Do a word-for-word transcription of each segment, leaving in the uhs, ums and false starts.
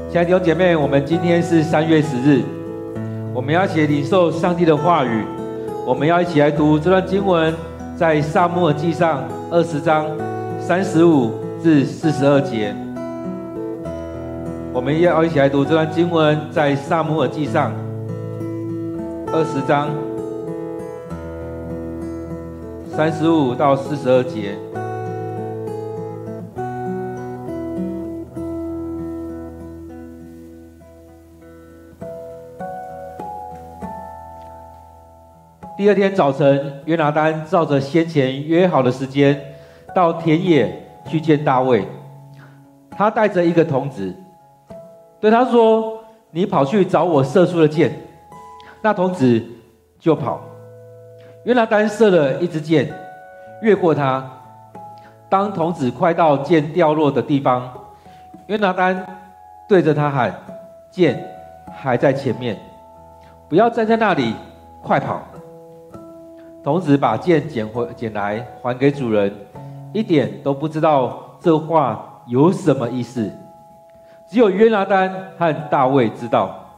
亲爱的弟兄姐妹，我们今天是三月十日，我们要一起领受上帝的话语，我们要一起来读这段经文，在撒母耳记上二十章三十五至四十二节。我们要一起来读这段经文，在撒母耳记上二十章三十五到四十二节。第二天早晨，约拿单照着先前约好的时间，到田野去见大卫。他带着一个童子，对他说：“你跑去找我射出的箭。”那童子就跑。约拿单射了一支箭，越过他。当童子快到箭掉落的地方，约拿单对着他喊：“箭还在前面，不要站在那里，快跑！”童子把剑捡回捡来，还给主人，一点都不知道这话有什么意思。只有约拿单和大卫知道。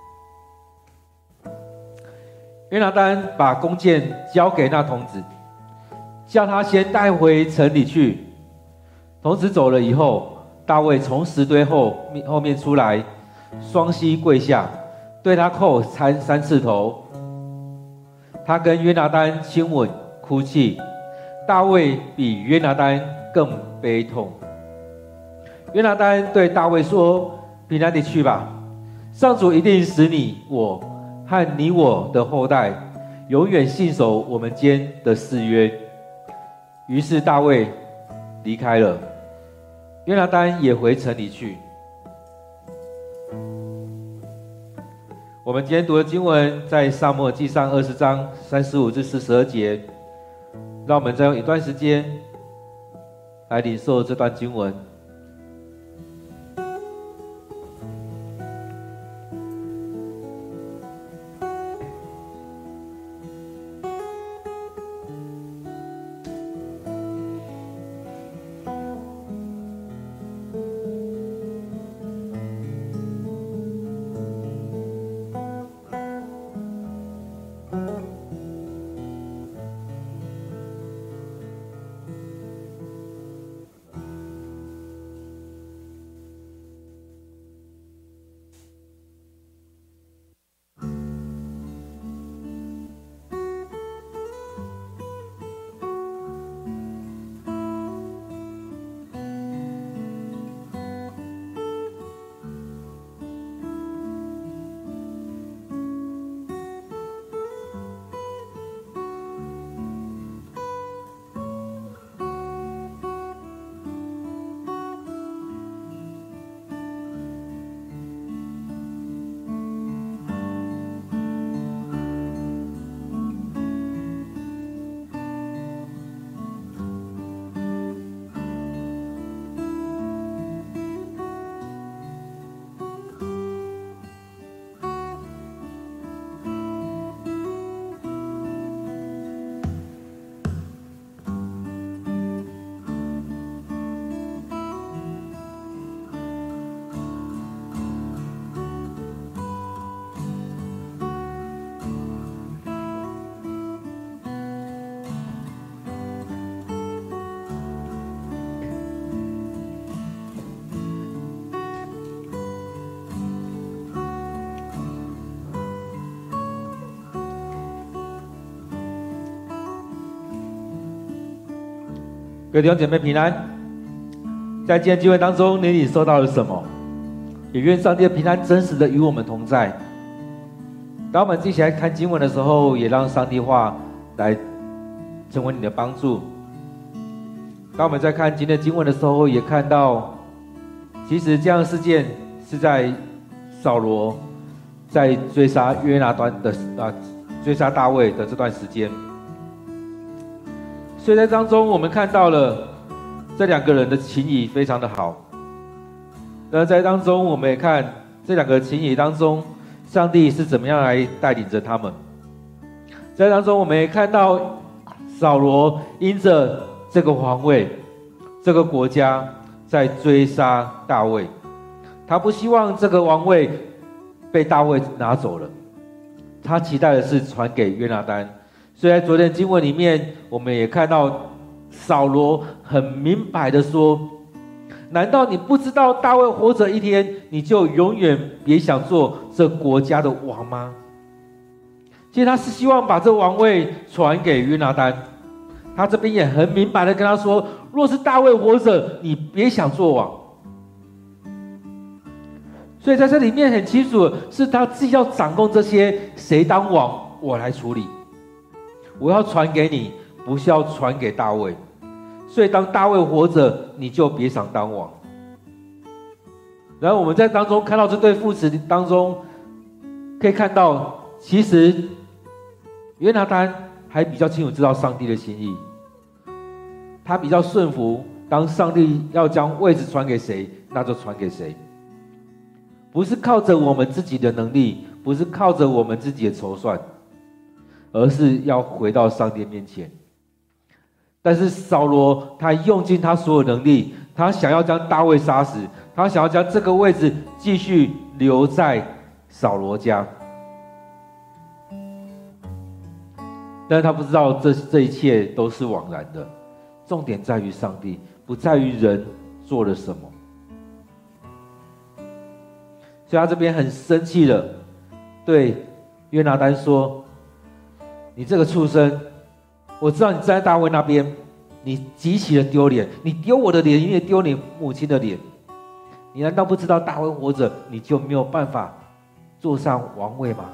约拿单把弓箭交给那童子，叫他先带回城里去。童子走了以后，大卫从石堆后后面出来，双膝跪下，对他叩三三次头。他跟约拿单亲吻，哭泣。大卫比约拿单更悲痛。约拿单对大卫说：“平安地去吧，上主一定使你我和你我的后代永远信守我们间的誓约。”于是大卫离开了，约拿单也回城里去。我们今天读的经文在撒母耳记上二十章三十五至四十二节，让我们再用一段时间来领受这段经文。各位弟兄姐妹平安。在今天经文当中，你领受到了什么？也愿上帝的平安真实的与我们同在。当我们一起来看经文的时候，也让上帝话来成为你的帮助。当我们在看今天的经文的时候，也看到其实这样的事件是在扫罗在追杀约拿单的啊追杀大卫的这段时间。所以在当中我们看到了这两个人的情谊非常的好。那在当中我们也看这两个情谊当中，上帝是怎么样来带领着他们。在当中我们也看到扫罗因着这个皇位这个国家在追杀大卫， 他不希望这个王位被大卫拿走了，他期待的是传给约拿单。所以在昨天经文里面，我们也看到扫罗很明白的说，难道你不知道大卫活着一天，你就永远别想做这国家的王吗？其实他是希望把这王位传给约拿单，他这边也很明白的跟他说，若是大卫活着，你别想做王。所以在这里面很清楚，是他自己要掌控这些，谁当王我来处理，我要传给你，不是要传给大卫。所以当大卫活着，你就别想当王。然后我们在当中看到这对父子当中，可以看到其实约拿单还比较清楚知道上帝的心意，他比较顺服，当上帝要将位置传给谁，那就传给谁，不是靠着我们自己的能力，不是靠着我们自己的筹算，而是要回到上帝面前。但是扫罗他用尽他所有能力，他想要将大卫杀死，他想要将这个位置继续留在扫罗家，但是他不知道这这一切都是枉然的，重点在于上帝，不在于人做了什么。所以他这边很生气的对约拿单说，你这个畜生，我知道你站在大卫那边，你极其的丢脸，你丢我的脸，你也丢你母亲的脸，你难道不知道大卫活着，你就没有办法坐上王位吗？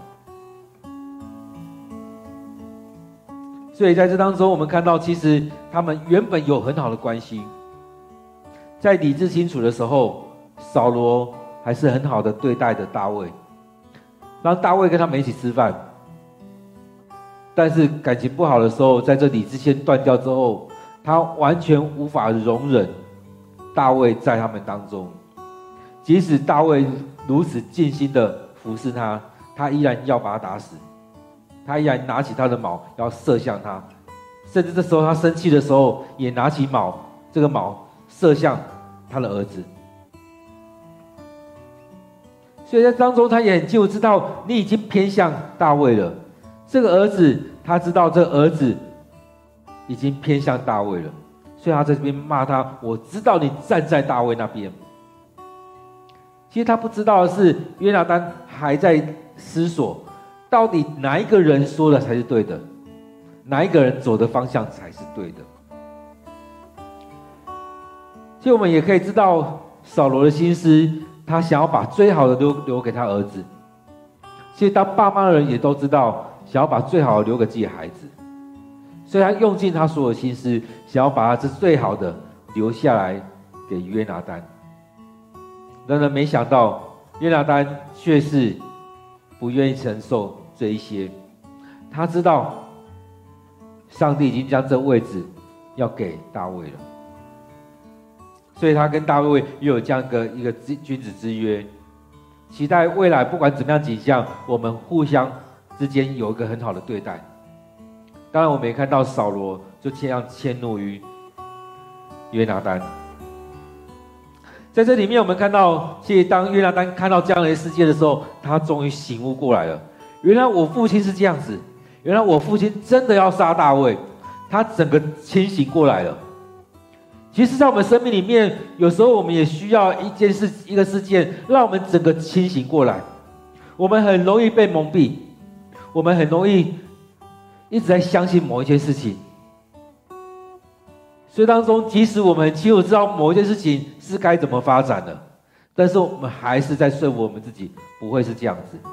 所以在这当中我们看到，其实他们原本有很好的关系，在理智清楚的时候，扫罗还是很好的对待着大卫，让大卫跟他们一起吃饭。但是感情不好的时候，在这理智线断掉之后，他完全无法容忍大卫在他们当中。即使大卫如此尽心的服侍他，他依然要把他打死，他依然拿起他的矛要射向他，甚至这时候他生气的时候，也拿起矛，这个矛射向他的儿子。所以在当中他也很清楚知道，你已经偏向大卫了，这个儿子他知道这个儿子已经偏向大卫了，所以他在这边骂他，我知道你站在大卫那边。其实他不知道的是，约拿单还在思索，到底哪一个人说的才是对的，哪一个人走的方向才是对的。其实我们也可以知道扫罗的心思，他想要把最好的留留给他儿子。其实当爸妈的人也都知道，想要把最好的留给自己的孩子，所以他用尽他所有心思，想要把他这最好的留下来给约拿单。然而没想到约拿单却是不愿意承受这一些，他知道上帝已经将这位置要给大卫了，所以他跟大卫又有这样一个一个君子之约，期待未来不管怎么样景象，我们互相之间有一个很好的对待。当然我们也看到扫罗就这样迁怒于约拿单。在这里面我们看到，其实当约拿单看到这样的世界的时候，他终于醒悟过来了，原来我父亲是这样子，原来我父亲真的要杀大卫，他整个清醒过来了。其实在我们生命里面，有时候我们也需要一件事一个事件让我们整个清醒过来。我们很容易被蒙蔽，我们很容易一直在相信某一件事情，所以当中即使我们很清楚知道某一件事情是该怎么发展的，但是我们还是在说服我们自己不会是这样子。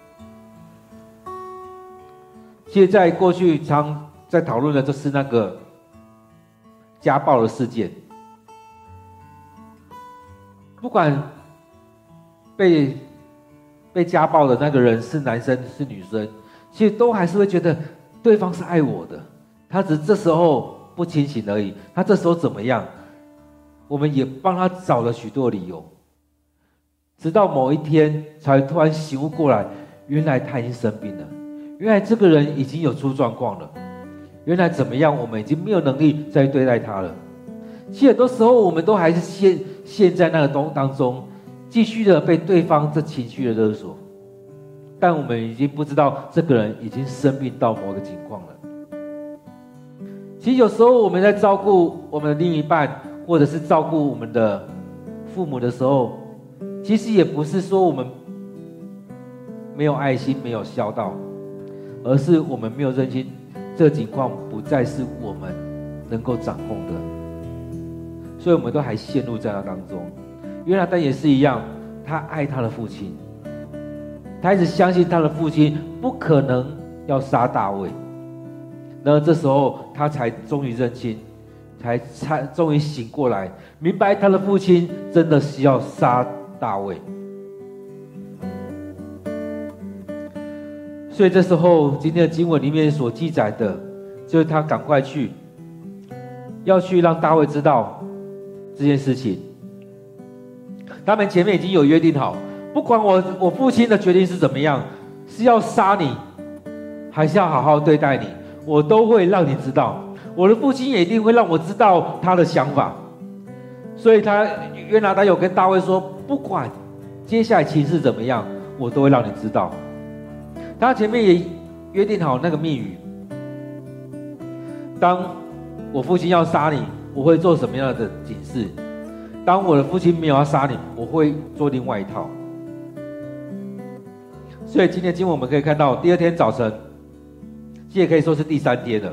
其实在过去常在讨论的就是那个家暴的事件，不管被被家暴的那个人是男生是女生，其实都还是会觉得对方是爱我的，他只是这时候不清醒而已，他这时候怎么样，我们也帮他找了许多理由，直到某一天才突然醒悟过来，原来他已经生病了，原来这个人已经有出状况了，原来怎么样，我们已经没有能力再对待他了。其实很多时候我们都还是陷陷在那个东当中， 继续的被对方这情绪的勒索，但我们已经不知道这个人已经生病到某个情况了。其实有时候我们在照顾我们的另一半，或者是照顾我们的父母的时候，其实也不是说我们没有爱心、没有孝道，而是我们没有认清这个情况不再是我们能够掌控的，所以我们都还陷入在那当中。约拿单也是一样，他爱他的父亲，他一直相信他的父亲不可能要杀大卫。然后这时候他才终于认清，才才终于醒过来，明白他的父亲真的是要杀大卫。所以这时候今天的经文里面所记载的，就是他赶快去，要去让大卫知道这件事情。他们前面已经有约定好，不管我我父亲的决定是怎么样，是要杀你，还是要好好对待你，我都会让你知道。我的父亲也一定会让我知道他的想法。所以他约拿单有跟大卫说，不管接下来情势怎么样，我都会让你知道。他前面也约定好那个密语，当我父亲要杀你，我会做什么样的警示，当我的父亲没有要杀你，我会做另外一套。所以今天经文我们可以看到，第二天早晨，其实也可以说是第三天了。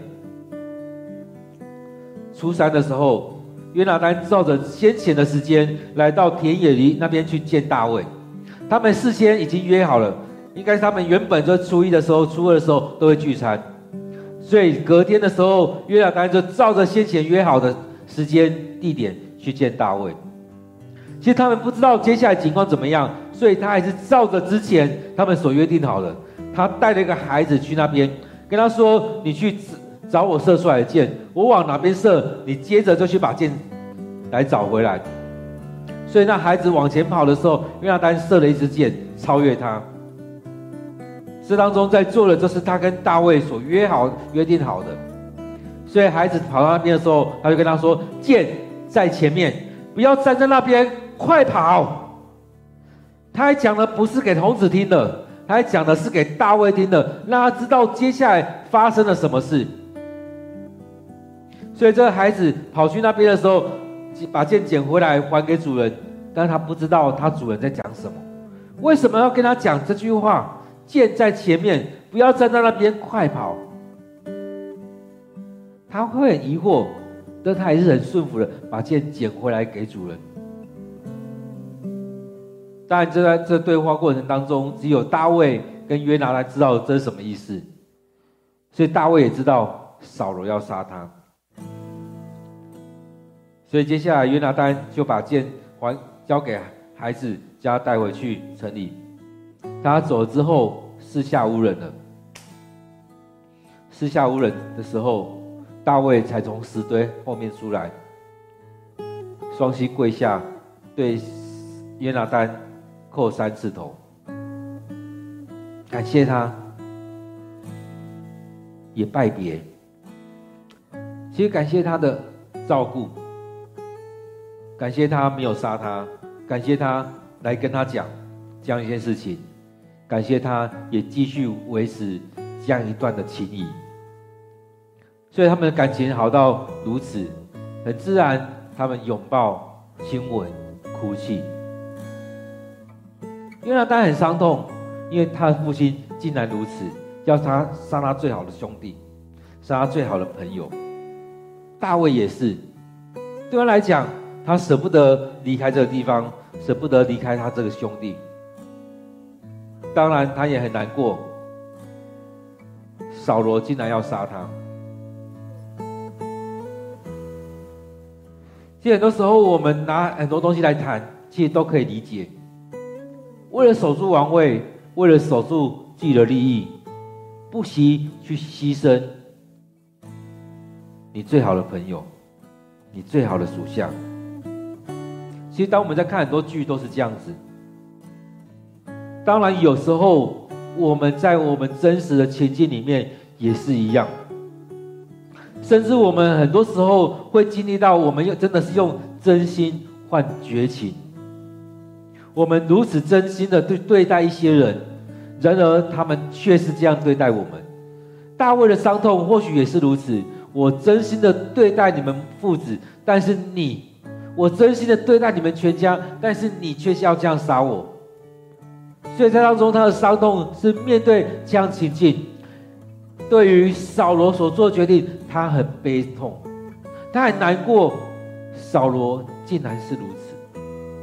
初三的时候，约拿单照着先前的时间来到田野里那边去见大卫。他们事先已经约好了，应该是他们原本就初一的时候、初二的时候都会聚餐，所以隔天的时候，约拿单就照着先前约好的时间、地点去见大卫。其实他们不知道接下来情况怎么样，所以他还是照着之前他们所约定好的，他带了一个孩子去那边，跟他说：“你去找我射出来的箭，我往哪边射，你接着就去把箭来找回来。”所以那孩子往前跑的时候，约拿单射了一支箭，超越他。这当中在做的就是他跟大卫所约好、约定好的。所以孩子跑到那边的时候，他就跟他说：“箭在前面，不要站在那边，快跑！”他还讲的不是给童子听的，他还讲的是给大卫听的，让他知道接下来发生了什么事。所以这个孩子跑去那边的时候，把剑捡回来还给主人，但是他不知道他主人在讲什么，为什么要跟他讲这句话？剑在前面，不要站在那边，快跑！他会很疑惑，但他还是很顺服的把剑捡回来给主人。当然，这在这对话过程当中，只有大卫跟约拿单知道这是什么意思，所以大卫也知道扫罗要杀他。所以接下来约拿单就把剑还交给孩子，将他带回去城里。他走了之后，四下无人了。四下无人的时候，大卫才从石堆后面出来，双膝跪下，对约拿单叩三次头，感谢他，也拜别。其实感谢他的照顾，感谢他没有杀他，感谢他来跟他讲这样一件事情，感谢他也继续维持这样一段的情谊。所以他们的感情好到如此，很自然，他们拥抱、亲吻、哭泣。约拿单很伤痛，因为他的父亲竟然如此，要他杀他最好的兄弟，杀他最好的朋友。大卫也是，对他来讲，他舍不得离开这个地方，舍不得离开他这个兄弟。当然，他也很难过，扫罗竟然要杀他。其实很多时候，我们拿很多东西来谈，其实都可以理解。为了守住王位，为了守住自己的利益，不惜去牺牲你最好的朋友，你最好的属下。其实当我们在看很多剧都是这样子。当然有时候我们在我们真实的情境里面也是一样，甚至我们很多时候会经历到，我们真的是用真心换绝情。 我们如此真心的对对待一些人，然而他们却是这样对待我们。大卫的伤痛或许也是如此，我真心的对待你们父子，但是你，我真心的对待你们全家，但是你却是要这样杀我。所以在当中，他的伤痛是面对这样情境，对于扫罗所做的决定，他很悲痛，他很难过，扫罗竟然是如此。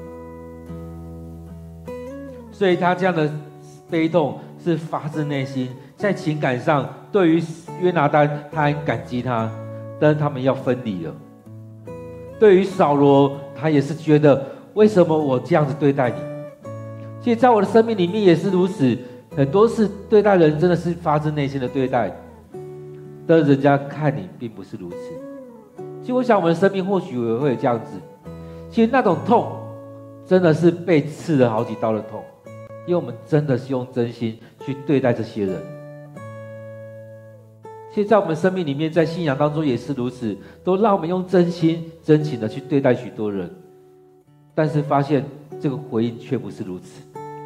所以他这样的悲痛是发自内心，在情感上对于约拿单他很感激他，但是他们要分离了。对于扫罗，他也是觉得为什么我这样子对待你。其实在我的生命里面也是如此，很多事对待人真的是发自内心的对待，但人家看你并不是如此。其实我想我们的生命或许也会有这样子，其实那种痛真的是被刺了好几刀的痛，因为我们真的是用真心去对待这些人。其实在我们生命里面，在信仰当中也是如此，都让我们用真心真情的去对待许多人，但是发现这个回应却不是如此。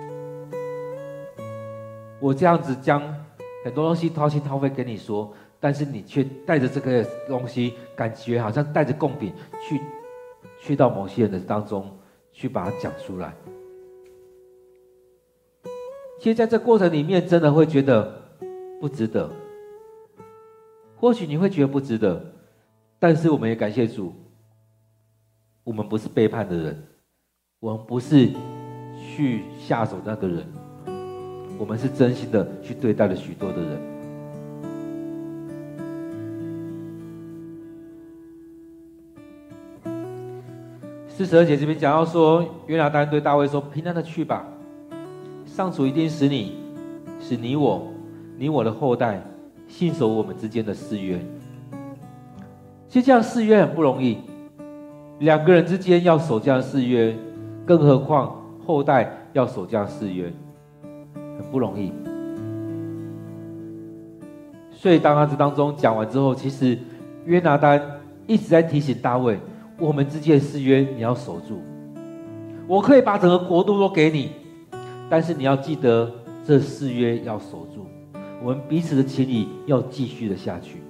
我这样子将很多东西掏心掏肺跟你说，但是你却带着这个东西，感觉好像带着贡品去去到某些人的当中去把它讲出来。其实在这过程里面真的会觉得不值得，或许你会觉得不值得，但是我们也感谢主，我们不是背叛的人，我们不是去下手那个人，我们是真心的去对待了许多的人。四十二节这边讲到说，约拿单对大卫说：“平安的去吧，上主一定使你，使你我，你我的后代信守我们之间的誓约。”其实这样誓约很不容易，两个人之间要守这样誓约，更何况后代要守这样誓约，很不容易。所以当他这当中讲完之后，其实约拿单一直在提醒大卫，我们之间的誓约你要守住。我可以把整个国度都给你，但是你要记得这誓约要守住，我们彼此的情谊要继续的下去。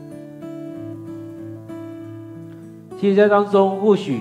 其实在当中或许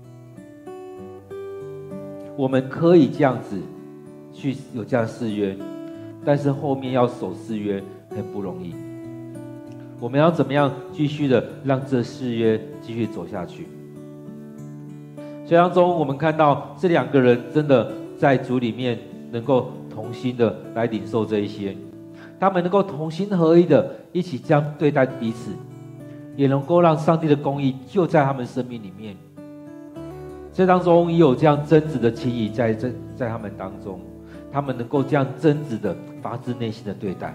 我们可以这样子去有这样的誓约，但是后面要守誓约很不容易。我们要怎么样继续的让这誓约继续走下去？所以当中我们看到这两个人真的在主里面能够同心的来领受这一些，他们能够同心合一的一起这样对待彼此，也能够让上帝的公义就在他们生命里面。这当中也有这样真挚的情谊在在在他们当中，他们能够这样真挚的发自内心的对待。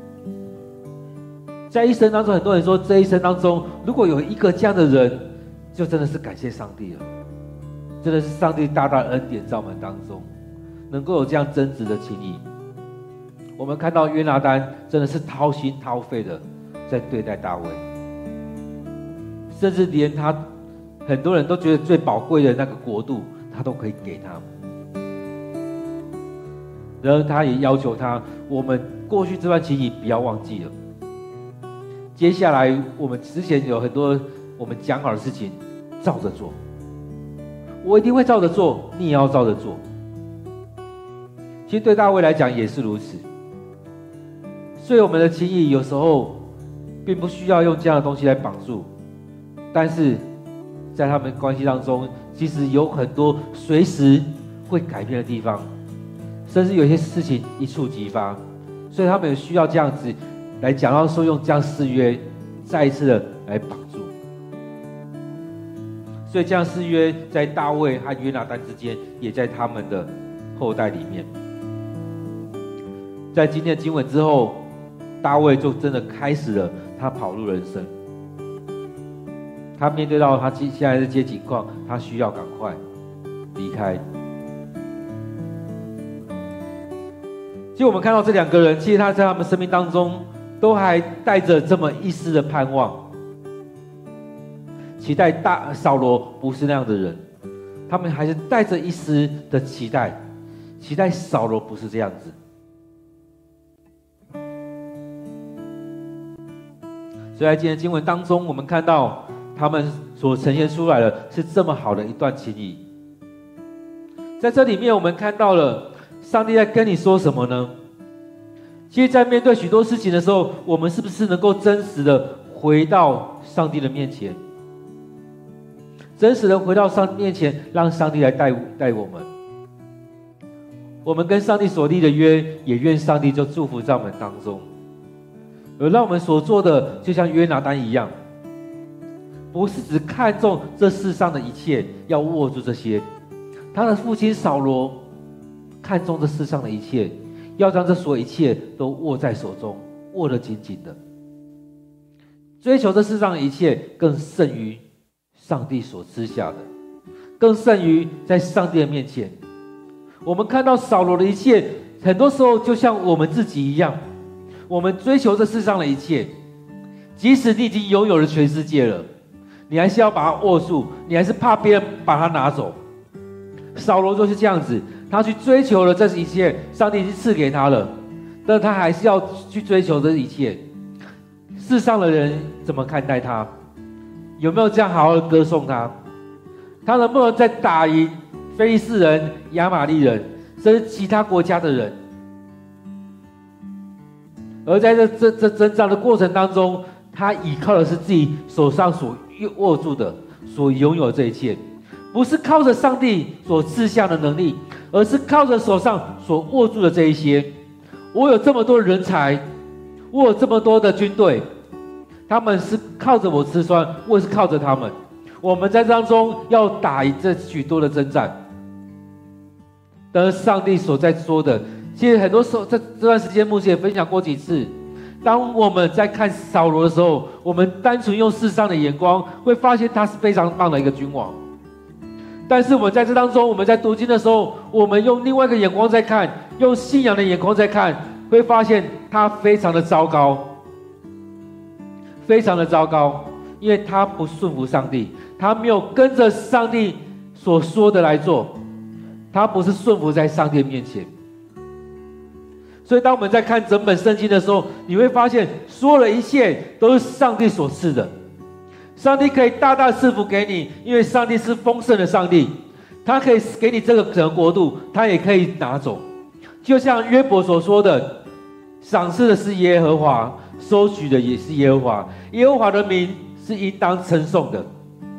在一生当中，很多人说这一生当中如果有一个这样的人，就真的是感谢上帝了，真的是上帝大大的恩典在我们当中能够有这样真挚的情谊。我们看到约拿单真的是掏心掏肺的在对待大卫，甚至连他很多人都觉得最宝贵的那个国度他都可以给他。然而他也要求他，我们过去这段情谊不要忘记了，接下来我们之前有很多我们讲好的事情照着做，我一定会照着做，你也要照着做。其实对大卫来讲也是如此，所以我们的情谊有时候并不需要用这样的东西来绑住，但是在他们关系当中其实有很多随时会改变的地方，甚至有些事情一触即发，所以他们也需要这样子来讲到说，用这样誓约再一次的来绑住。所以这样誓约在大卫和约拿单之间，也在他们的后代里面。在今天的经文之后，大卫就真的开始了他跑路人生。他面对到他现在的这些情况，他需要赶快离开。其实我们看到这两个人，其实他在他们生命当中都还带着这么一丝的盼望，期待大扫罗不是那样的人， 他们还是带着一丝的期待，期待扫罗不是这样子。所以在今天经文当中，我们看到他们所呈现出来的是这么好的一段情谊。在这里面，我们看到了上帝在跟你说什么呢？其实在面对许多事情的时候，我们是不是能够真实的回到上帝的面前，真实的回到上帝面前，让上帝来带带我们。我们跟上帝所立的约，也愿上帝就祝福在我们当中。而让我们所做的，就像约拿单一样，不是只看重这世上的一切，要握住这些。他的父亲扫罗看重这世上的一切，要将这所有一切都握在手中，握得紧紧的。追求这世上的一切，更胜于上帝所赐下的，更胜于在上帝的面前。我们看到扫罗的一切，很多时候就像我们自己一样，我们追求这世上的一切，即使你已经拥有了全世界了，你还是要把它握住，你还是怕别人把它拿走。扫罗就是这样子，他去追求了这一切，上帝已经赐给他了，但他还是要去追求这一切。世上的人怎么看待他？有没有这样好好的歌颂他？他能不能再打赢非利士人、亚玛力人，甚至其他国家的人？而在这这这征战的过程当中，他依靠的是自己手上所握住的、所拥有的这一切，不是靠着上帝所赐下的能力，而是靠着手上所握住的这一些。我有这么多人才，我有这么多的军队，他们是靠着我吃穿，我也是靠着他们。我们在当中要打赢这许多的征战。但是上帝所在说的，其实很多时候在这段时间，牧师也分享过几次。当我们在看扫罗的时候，我们单纯用世上的眼光，会发现他是非常棒的一个君王。但是我们在这当中，我们在读经的时候，我们用另外一个眼光在看，用信仰的眼光在看，会发现他非常的糟糕，非常的糟糕，因为他不顺服上帝，他没有跟着上帝所说的来做，他不是顺服在上帝面前。所以当我们在看整本圣经的时候，你会发现所有的一切都是上帝所赐的。上帝可以大大赐福给你，因为上帝是丰盛的上帝，他可以给你这个整个国度，他也可以拿走。就像约伯所说的，赏赐的是耶和华，收取的也是耶和华，耶和华的名是应当称颂的。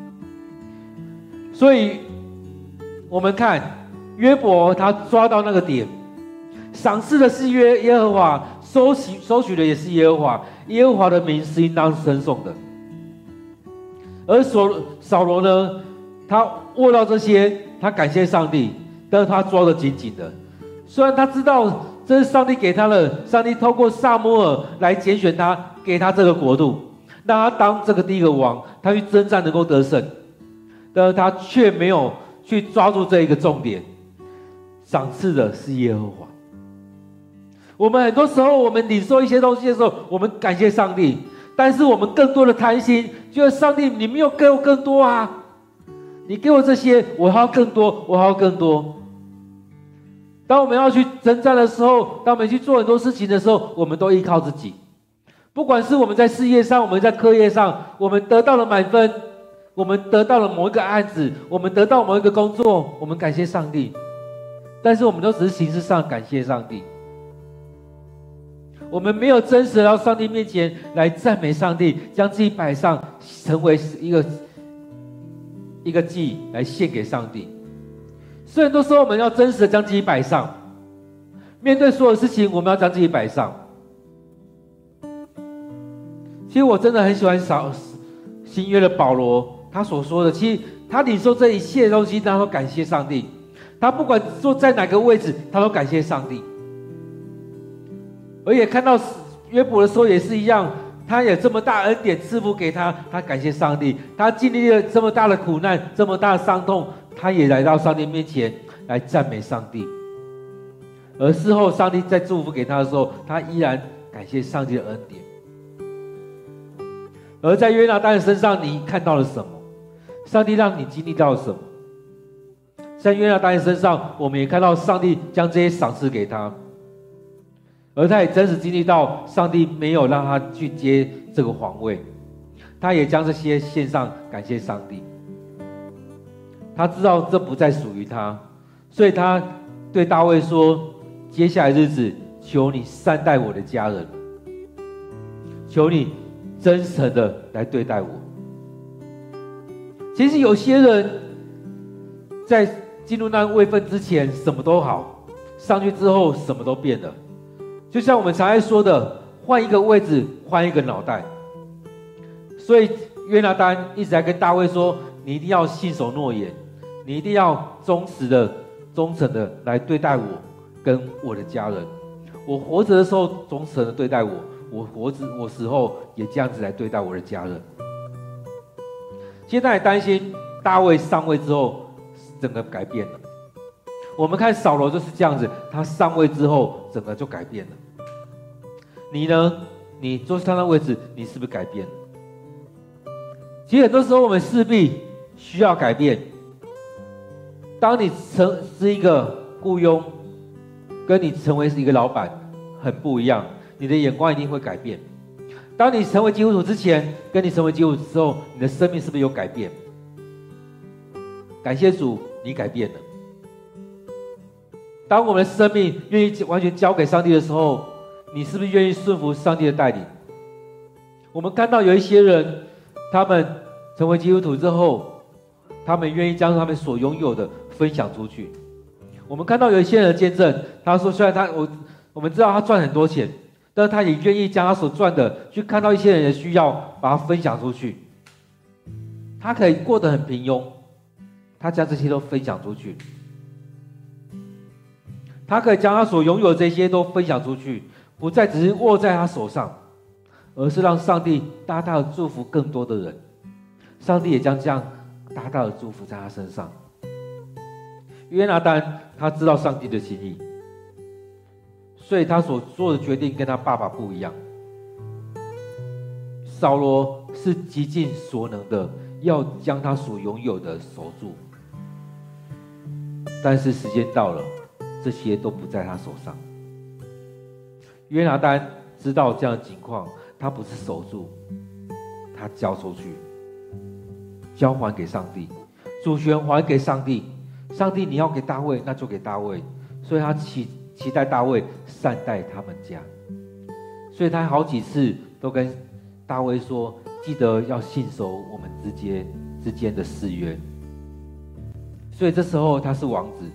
所以我们看约伯，他抓到那个点，赏赐的是耶耶和华，收取收取的也是耶和华，耶和华的名是应当称颂的。而扫罗呢，他握到这些，他感谢上帝，但是他抓得紧紧的。虽然他知道这是上帝给他的，上帝透过撒母耳来拣选他，给他这个国度，让他当这个第一个王，他去征战能够得胜，但是他却没有去抓住这一个重点，赏赐的是耶和华。我们很多时候，我们领受一些东西的时候，我们感谢上帝，但是我们更多的贪心，就是上帝，你没有给我更多啊！你给我这些，我还要更多，我还要更多。当我们要去征战的时候，当我们去做很多事情的时候，我们都依靠自己。不管是我们在事业上，我们在课业上，我们得到了满分，我们得到了某一个案子，我们得到某一个工作，我们感谢上帝。但是我们都只是形式上感谢上帝。我们没有真实的到上帝面前来赞美上帝，将自己摆上，成为一个一个祭来献给上帝。所以很多时候我们要真实的将自己摆上，面对所有事情，我们要将自己摆上。其实我真的很喜欢扫新约的保罗，他所说的，其实他领受这一切的东西，他都感谢上帝。他不管坐在哪个位置，他都感谢上帝。而且看到约伯的时候也是一样，他有这么大恩典赐福给他，他感谢上帝。他经历了这么大的苦难，这么大的伤痛，他也来到上帝面前来赞美上帝。而事后上帝在祝福给他的时候，他依然感谢上帝的恩典。而在约拿单的身上，你看到了什么？上帝让你经历到了什么？ 在约拿单身上，我们也看到上帝将这些赏赐给他，而他也真实经历到上帝没有让他去接这个皇位，他也将这些献上感谢上帝。他知道这不再属于他，所以他对大卫说：接下来日子，求你善待我的家人，求你真诚的来对待我。其实有些人在进入那位分之前什么都好，上去之后什么都变了。就像我们常爱说的，换一个位置，换一个脑袋。所以约拿单一直在跟大卫说：你一定要信守诺言，你一定要忠实的、忠诚的来对待我跟我的家人。我活着的时候忠诚的对待我，我活着我死后也这样子来对待我的家人。现在也担心大卫上位之后整个改变了。我们看扫罗就是这样子，他上位之后整个就改变了。你呢？你坐上那位置，你是不是改变了？其实很多时候我们势必需要改变。当你成是一个雇佣，跟你成为一个老板很不一样，你的眼光一定会改变。当你成为基督徒之前，跟你成为基督徒之后，你的生命是不是有改变？感谢主，你改变了。当我们的生命愿意完全交给上帝的时候，你是不是愿意顺服上帝的带领？我们看到有一些人，他们成为基督徒之后，他们愿意将他们所拥有的分享出去。我们看到有一些人的见证，他说虽然他我我们知道他赚很多钱，但是他也愿意将他所赚的去看到一些人的需要，把它分享出去。他可以过得很平庸，他将这些都分享出去。他可以将他所拥有的这些都分享出去，不再只是握在他手上，而是让上帝大大的祝福更多的人。上帝也将这样大大的祝福在他身上。约拿单他知道上帝的心意，所以他所做的决定跟他爸爸不一样。扫罗是极尽所能的要将他所拥有的守住，但是时间到了，这些都不在他手上。约拿单知道这样的情况，他不是守住，他交出去，交还给上帝，主权还给上帝。上帝你要给大卫，那就给大卫。所以他期期待大卫善待他们家，所以他好几次都跟大卫说，记得要信守我们之间之间的誓约。所以这时候他是王子，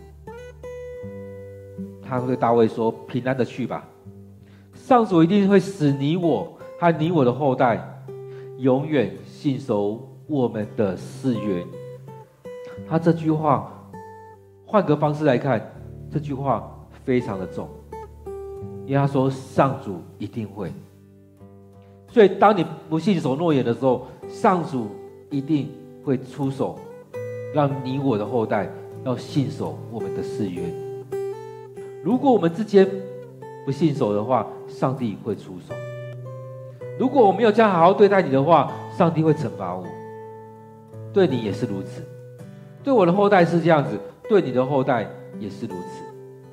他对大卫说：平安的去吧，上主一定会使你我和你我的后代永远信守我们的誓约。他这句话换个方式来看，这句话非常的重，因为他说上主一定会。所以当你不信守诺言的时候，上主一定会出手，让你我的后代要信守我们的誓约。如果我们之间不信守的话，上帝会出手。如果我没有这样好好对待你的话，上帝会惩罚我。对你也是如此，对我的后代是这样子，对你的后代也是如此。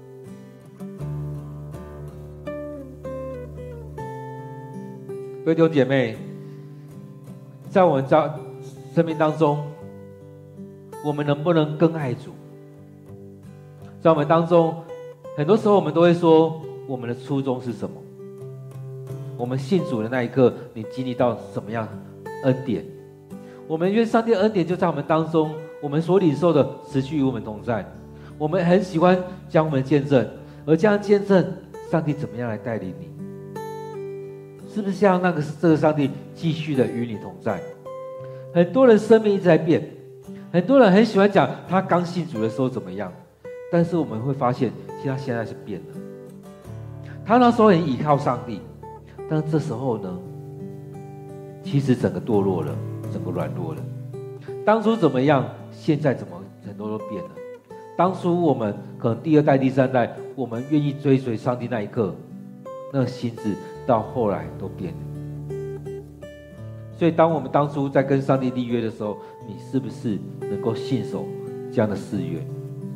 各位弟兄姐妹，在我们在生命当中，我们能不能更爱主？在我们当中，很多时候我们都会说，我们的初衷是什么？我们信主的那一刻，你经历到什么样恩典？我们愿上帝的恩典就在我们当中，我们所领受的持续与我们同在。我们很喜欢将我们的见证，而这样见证上帝怎么样来带领你？是不是像那个这个上帝继续的与你同在？很多人生命一直在变，很多人很喜欢讲他刚信主的时候怎么样，但是我们会发现，其实他现在是变了。他那时候很倚靠上帝，但这时候呢，其实整个堕落了，整个软弱了。当初怎么样，现在怎么很多都变了。当初我们可能第二代、第三代，我们愿意追随上帝那一刻，那心智到后来都变了。所以当我们当初在跟上帝立约的时候，你是不是能够信守这样的誓约？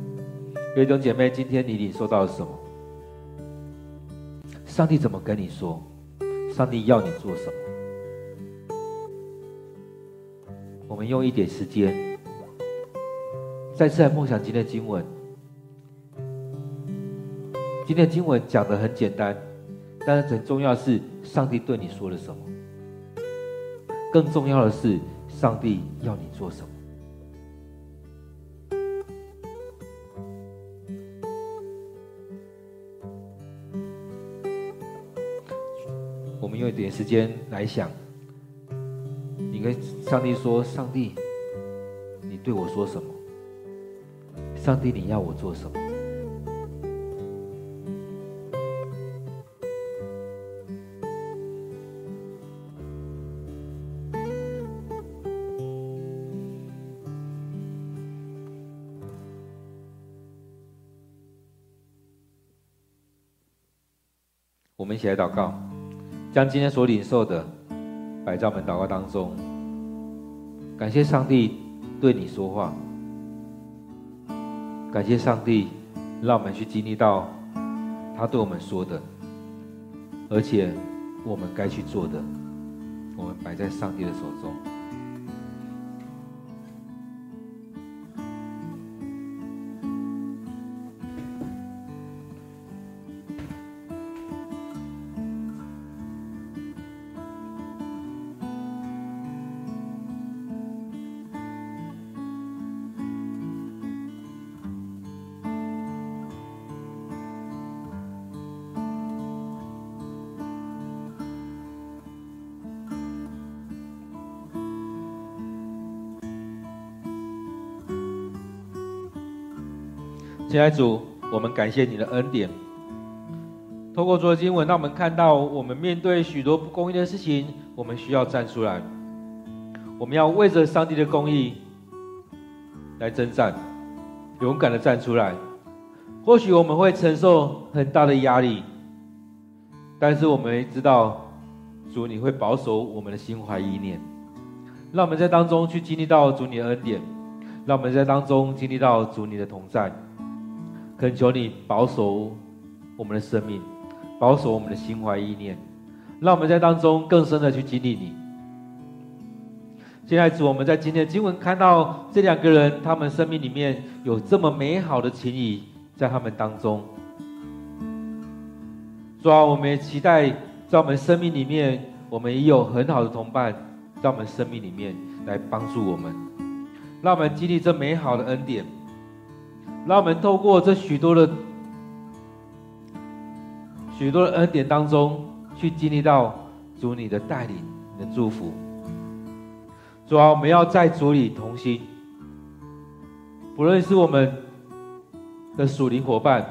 有一种姐妹，今天你领受到了什么？上帝怎么跟你说？上帝要你做什么？我们用一点时间，再次来默想今天的经文。今天的经文讲得很简单，但是很重要的是，上帝对你说了什么？更重要的是，上帝要你做什么？我们用一点时间来想，你跟上帝说：上帝，你对我说什么？上帝，你要我做什么？我们一起来祷告，将今天所领受的摆在我们祷告当中。感谢上帝对你说话，感谢上帝让我们去经历到他对我们说的，而且我们该去做的，我们摆在上帝的手中。亲爱的主，我们感谢你的恩典。透过主的经文，让我们看到，我们面对许多不公义的事情，我们需要站出来。我们要为着上帝的公义来征战，勇敢的站出来。或许我们会承受很大的压力，但是我们知道，主你会保守我们的心怀意念，让我们在当中去经历到主你的恩典，让我们在当中经历到主你的同在。恳求你保守我们的生命，保守我们的心怀意念，让我们在当中更深的去经历你。现在主，我们在今天的经文看到这两个人，他们生命里面有这么美好的情谊在他们当中。主啊，我们也期待在我们生命里面，我们也有很好的同伴在我们生命里面来帮助我们，让我们经历这美好的恩典，让我们透过这许多的许多的恩典当中，去经历到主你的带领、你的祝福。主啊，我们要在主里同心，不论是我们的属灵伙伴，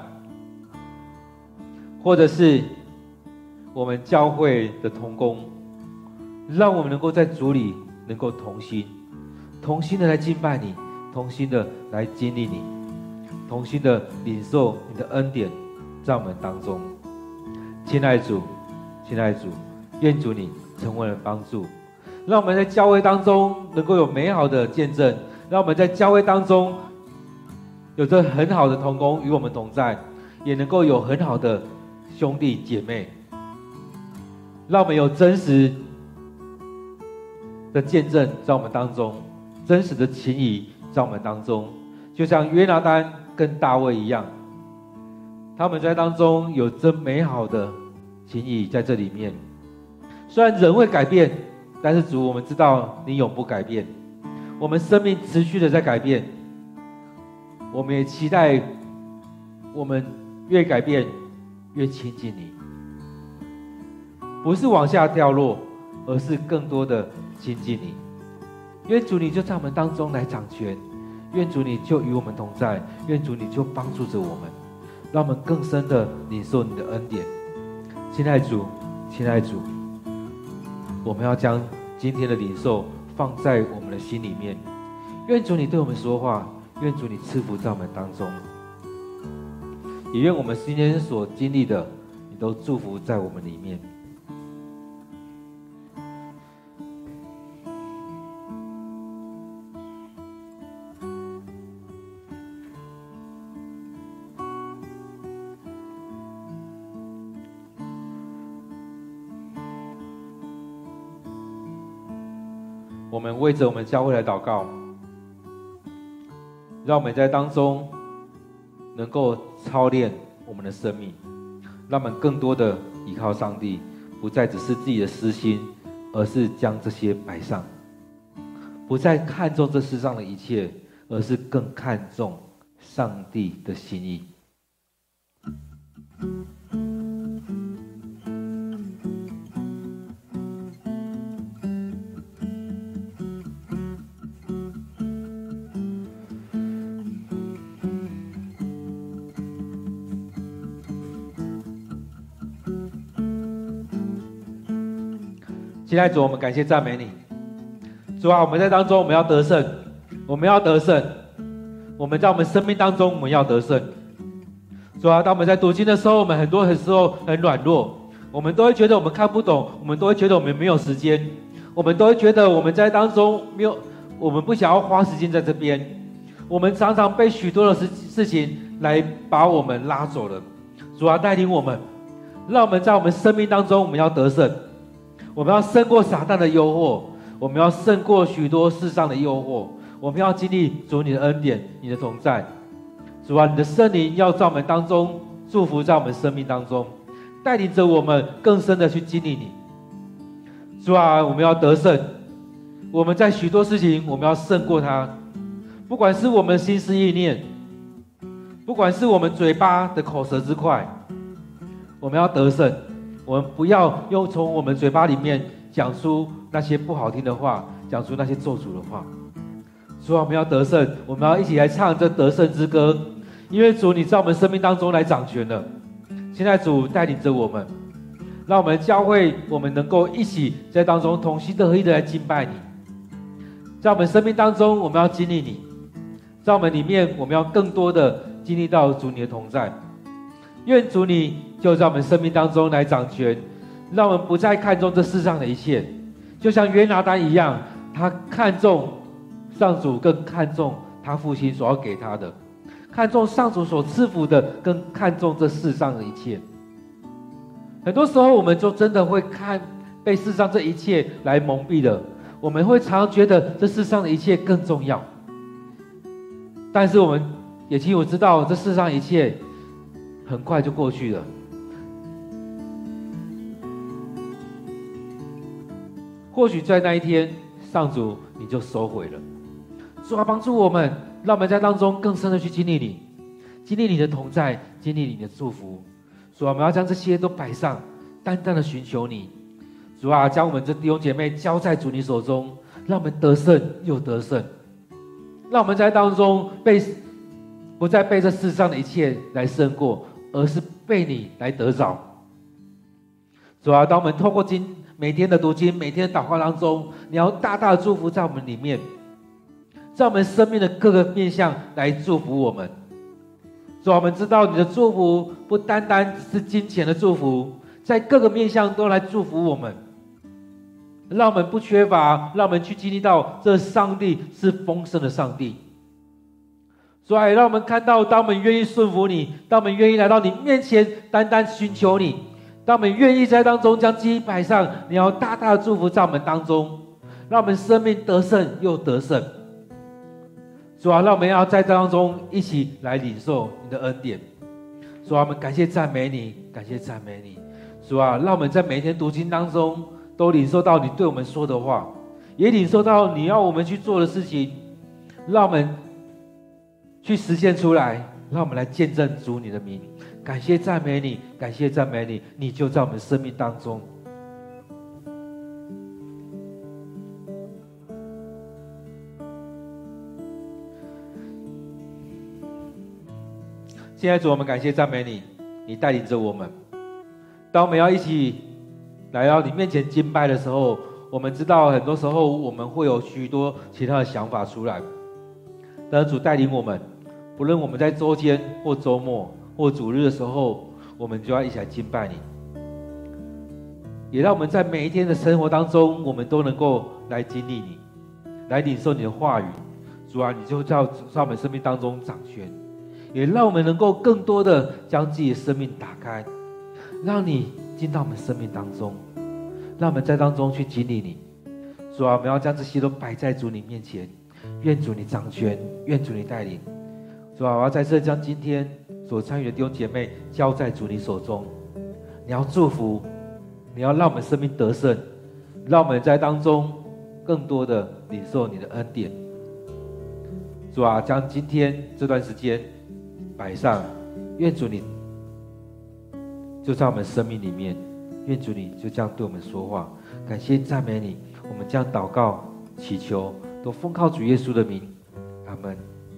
或者是我们教会的同工，让我们能够在主里能够同心，同心的来敬拜你，同心的来经历你，同心的领受你的恩典在我们当中。亲爱的主，亲爱的主，愿主你成为了帮助，让我们在教会当中能够有美好的见证，让我们在教会当中有着很好的同工与我们同在，也能够有很好的兄弟姐妹，让我们有真实的见证在我们当中，真实的情谊在我们当中，就像约拿单跟大卫一样，他们在当中有真美好的情谊在这里面。虽然人会改变，但是主，我们知道你永不改变，我们生命持续的在改变，我们也期待我们越改变越亲近你，不是往下掉落，而是更多的亲近你。愿主你就在我们当中来掌权，愿主你就与我们同在，愿主你就帮助着我们，让我们更深的领受你的恩典。亲爱的主，亲爱的主，我们要将今天的领受放在我们的心里面。愿主你对我们说话，愿主你赐福在我们当中，也愿我们今天所经历的，你都祝福在我们里面。 我们为着我们教会来祷告，让我们在当中能够操练我们的生命，让我们更多的依靠上帝，不再只是自己的私心，而是将这些摆上，不再看重这世上的一切，而是更看重上帝的心意。亲爱的主，我们感谢赞美你。主啊，我们在当中我们要得胜，我们要得胜，我们在我们生命当中我们要得胜。主啊，当我们在读经的时候，我们很多的时候很软弱，我们都会觉得我们看不懂，我们都会觉得我们没有时间，我们都会觉得我们在当中没有，我们不想要花时间在这边。我们常常被许多的事事情来把我们拉走了。主啊，带领我们，让我们在我们生命当中我们要得胜。我们要胜过撒旦的诱惑，我们要胜过许多世上的诱惑，我们要经历主你的恩典，你的同在。主啊，你的圣灵要在我们当中祝福，在我们生命当中带领着我们更深的去经历你。主啊，我们要得胜，我们在许多事情我们要胜过它，不管是我们心思意念，不管是我们嘴巴的口舌之快，我们要得胜。我们不要又从我们嘴巴里面讲出那些不好听的话，讲出那些咒诅的话。主啊，我们要得胜，我们要一起来唱这得胜之歌，因为主你在我们生命当中来掌权了。现在主带领着我们，让我们教会我们能够一起在当中同心合一的来敬拜你。在我们生命当中我们要经历你，在我们里面我们要更多的经历到主你的同在。愿主你就在我们生命当中来掌权，让我们不再看重这世上的一切，就像约拿单一样，他看重上主，更看重他父亲所要给他的，看重上主所赐福的，更看重这世上的一切。很多时候我们就真的会看被世上这一切来蒙蔽了，我们会常常觉得这世上的一切更重要，但是我们也清楚知道这世上一切很快就过去了。或许在那一天，上主你就收回了。主啊，帮助我们，让我们在当中更深的去经历你，经历你的同在，经历你的祝福。主啊，我们要将这些都摆上，单单的寻求你。主啊，将我们这弟兄姐妹交在主你手中，让我们得胜又得胜，让我们在当中被不再被这世上的一切来胜过，而是被你来得着。主啊，当我们透过经每天的读经，每天的祷告当中，你要大大的祝福在我们里面，在我们生命的各个面向来祝福我们。主啊，我们知道你的祝福不单单是金钱的祝福，在各个面向都来祝福我们，让我们不缺乏，让我们去经历到这上帝是丰盛的上帝。所以让我们看到，当我们愿意顺服你，当我们愿意来到你面前单单寻求你，当我们愿意在当中将记忆摆上，你要大大的祝福在我们当中，让我们生命得胜又得胜。主啊，让我们要在当中一起来领受你的恩典。主啊，我们感谢赞美你，感谢赞美你。主啊，让我们在每一天读经当中都领受到你对我们说的话，也领受到你要我们去做的事情，让我们去实现出来，让我们来见证主你的名。感谢赞美你，感谢赞美你，你就在我们生命当中。现在主，我们感谢赞美你，你带领着我们。当我们要一起来到你面前敬拜的时候，我们知道很多时候我们会有许多其他的想法出来，但是主带领我们，不论我们在周间或周末或主日的时候，我们就要一起来敬拜你，也让我们在每一天的生活当中，我们都能够来经历你，来领受你的话语。主啊，你就在在我们生命当中掌权，也让我们能够更多的将自己的生命打开，让你进到我们生命当中，让我们在当中去经历你。 主啊，我们要将这些都摆在主你面前，愿主你掌权，愿主你带领。主啊，我要在这将今天所参与的弟兄姐妹交在主你手中，你要祝福，你要让我们生命得胜，让我们在当中更多的领受你的恩典。主啊，将今天这段时间摆上，愿主你就在我们生命里面，愿主你就这样对我们说话。感谢赞美你，我们将祷告祈求都奉靠主耶稣的名，阿们。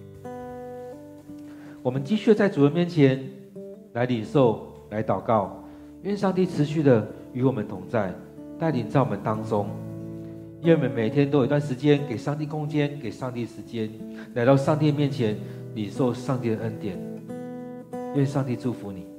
我们继续在主的面前来领受，来祷告，愿上帝持续的与我们同在，带领在我们当中。愿我们每天都有一段时间给上帝空间，给上帝时间，来到上帝面前领受上帝的恩典。愿上帝祝福你。